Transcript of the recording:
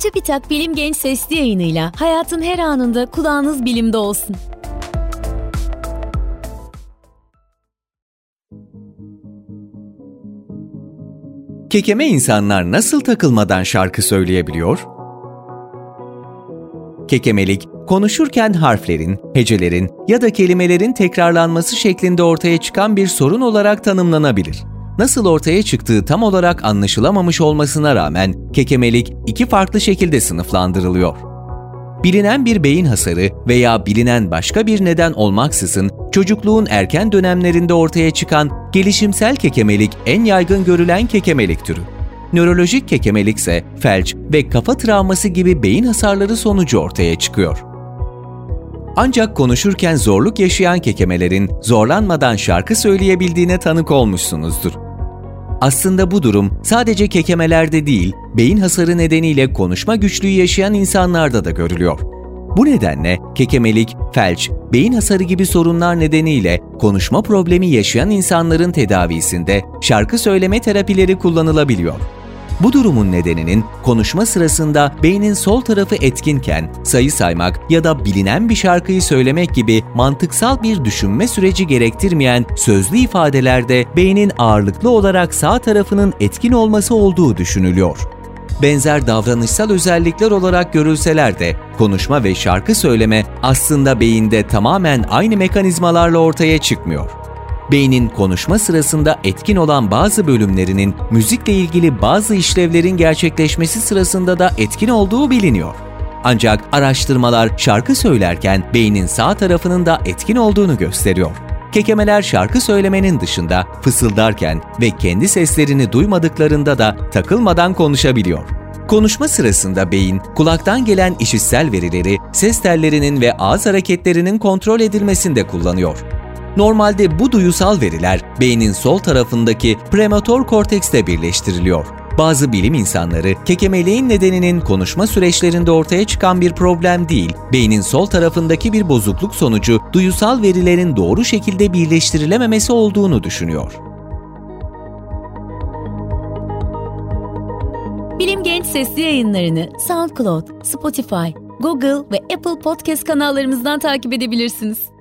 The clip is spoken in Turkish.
TÜBİTAK Bilim Genç Sesli Yayınıyla hayatın her anında kulağınız bilimde olsun. Kekeme insanlar nasıl takılmadan şarkı söyleyebiliyor? Kekemelik, konuşurken harflerin, hecelerin ya da kelimelerin tekrarlanması şeklinde ortaya çıkan bir sorun olarak tanımlanabilir. Nasıl ortaya çıktığı tam olarak anlaşılamamış olmasına rağmen kekemelik iki farklı şekilde sınıflandırılıyor. Bilinen bir beyin hasarı veya bilinen başka bir neden olmaksızın çocukluğun erken dönemlerinde ortaya çıkan gelişimsel kekemelik en yaygın görülen kekemelik türü. Nörolojik kekemelik ise felç ve kafa travması gibi beyin hasarları sonucu ortaya çıkıyor. Ancak konuşurken zorluk yaşayan kekemelerin zorlanmadan şarkı söyleyebildiğine tanık olmuşsunuzdur. Aslında bu durum sadece kekemelerde değil, beyin hasarı nedeniyle konuşma güçlüğü yaşayan insanlarda da görülüyor. Bu nedenle kekemelik, felç, beyin hasarı gibi sorunlar nedeniyle konuşma problemi yaşayan insanların tedavisinde şarkı söyleme terapileri kullanılabiliyor. Bu durumun nedeninin konuşma sırasında beynin sol tarafı etkinken sayı saymak ya da bilinen bir şarkıyı söylemek gibi mantıksal bir düşünme süreci gerektirmeyen sözlü ifadelerde beynin ağırlıklı olarak sağ tarafının etkin olması olduğu düşünülüyor. Benzer davranışsal özellikler olarak görülseler de konuşma ve şarkı söyleme aslında beyinde tamamen aynı mekanizmalarla ortaya çıkmıyor. Beynin konuşma sırasında etkin olan bazı bölümlerinin müzikle ilgili bazı işlevlerin gerçekleşmesi sırasında da etkin olduğu biliniyor. Ancak araştırmalar şarkı söylerken beynin sağ tarafının da etkin olduğunu gösteriyor. Kekemeler şarkı söylemenin dışında fısıldarken ve kendi seslerini duymadıklarında da takılmadan konuşabiliyor. Konuşma sırasında beyin, kulaktan gelen işitsel verileri ses tellerinin ve ağız hareketlerinin kontrol edilmesinde kullanıyor. Normalde bu duyusal veriler beynin sol tarafındaki premotor kortekste birleştiriliyor. Bazı bilim insanları kekemeliğin nedeninin konuşma süreçlerinde ortaya çıkan bir problem değil, beynin sol tarafındaki bir bozukluk sonucu duyusal verilerin doğru şekilde birleştirilememesi olduğunu düşünüyor. Bilim Genç Sesli Yayınlarını SoundCloud, Spotify, Google ve Apple Podcast kanallarımızdan takip edebilirsiniz.